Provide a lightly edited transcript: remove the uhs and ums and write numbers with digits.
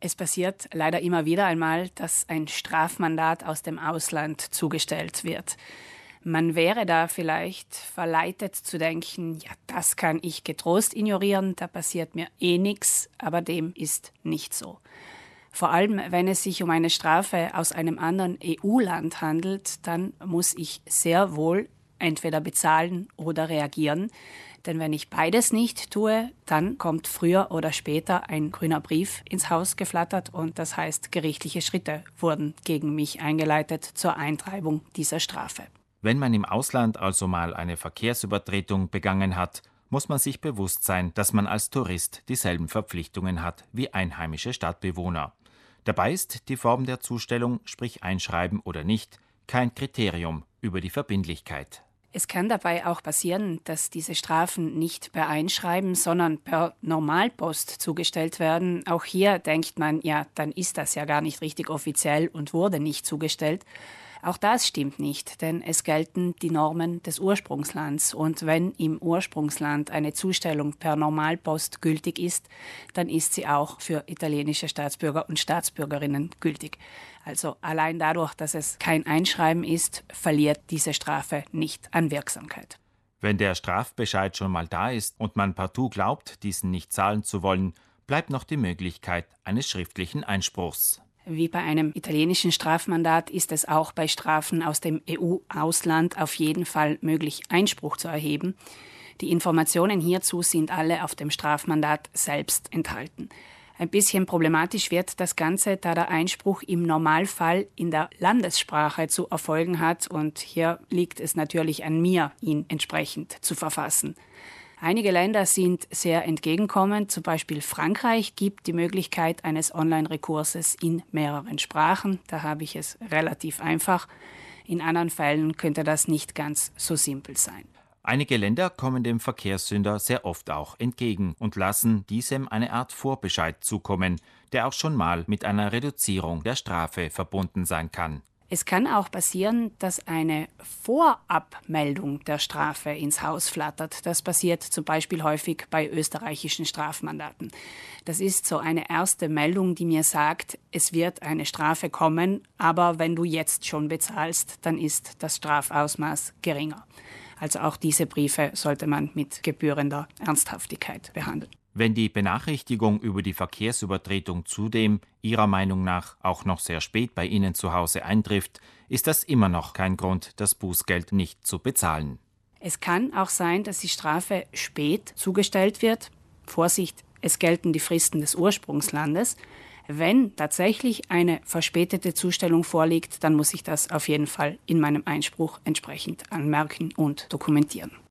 Es passiert leider immer wieder einmal, dass ein Strafmandat aus dem Ausland zugestellt wird. Man wäre da vielleicht verleitet zu denken, ja, das kann ich getrost ignorieren, da passiert mir eh nichts, aber dem ist nicht so. Vor allem, wenn es sich um eine Strafe aus einem anderen EU-Land handelt, dann muss ich sehr wohl entweder bezahlen oder reagieren. Denn wenn ich beides nicht tue, dann kommt früher oder später ein grüner Brief ins Haus geflattert und das heißt, gerichtliche Schritte wurden gegen mich eingeleitet zur Eintreibung dieser Strafe. Wenn man im Ausland also mal eine Verkehrsübertretung begangen hat, muss man sich bewusst sein, dass man als Tourist dieselben Verpflichtungen hat wie einheimische Stadtbewohner. Dabei ist die Form der Zustellung, sprich Einschreiben oder nicht, kein Kriterium über die Verbindlichkeit. Es kann dabei auch passieren, dass diese Strafen nicht per Einschreiben, sondern per Normalpost zugestellt werden. Auch hier denkt man, ja, dann ist das ja gar nicht richtig offiziell und wurde nicht zugestellt. Auch das stimmt nicht, denn es gelten die Normen des Ursprungslands. Und wenn im Ursprungsland eine Zustellung per Normalpost gültig ist, dann ist sie auch für italienische Staatsbürger und Staatsbürgerinnen gültig. Also allein dadurch, dass es kein Einschreiben ist, verliert diese Strafe nicht an Wirksamkeit. Wenn der Strafbescheid schon mal da ist und man partout glaubt, diesen nicht zahlen zu wollen, bleibt noch die Möglichkeit eines schriftlichen Einspruchs. Wie bei einem italienischen Strafmandat ist es auch bei Strafen aus dem EU-Ausland auf jeden Fall möglich, Einspruch zu erheben. Die Informationen hierzu sind alle auf dem Strafmandat selbst enthalten. Ein bisschen problematisch wird das Ganze, da der Einspruch im Normalfall in der Landessprache zu erfolgen hat und hier liegt es natürlich an mir, ihn entsprechend zu verfassen. Einige Länder sind sehr entgegenkommend, zum Beispiel Frankreich gibt die Möglichkeit eines Online-Rekurses in mehreren Sprachen. Da habe ich es relativ einfach. In anderen Fällen könnte das nicht ganz so simpel sein. Einige Länder kommen dem Verkehrssünder sehr oft auch entgegen und lassen diesem eine Art Vorbescheid zukommen, der auch schon mal mit einer Reduzierung der Strafe verbunden sein kann. Es kann auch passieren, dass eine Vorabmeldung der Strafe ins Haus flattert. Das passiert zum Beispiel häufig bei österreichischen Strafmandaten. Das ist so eine erste Meldung, die mir sagt, es wird eine Strafe kommen, aber wenn du jetzt schon bezahlst, dann ist das Strafausmaß geringer. Also auch diese Briefe sollte man mit gebührender Ernsthaftigkeit behandeln. Wenn die Benachrichtigung über die Verkehrsübertretung zudem Ihrer Meinung nach auch noch sehr spät bei Ihnen zu Hause eintrifft, ist das immer noch kein Grund, das Bußgeld nicht zu bezahlen. Es kann auch sein, dass die Strafe spät zugestellt wird. Vorsicht, es gelten die Fristen des Ursprungslandes. Wenn tatsächlich eine verspätete Zustellung vorliegt, dann muss ich das auf jeden Fall in meinem Einspruch entsprechend anmerken und dokumentieren.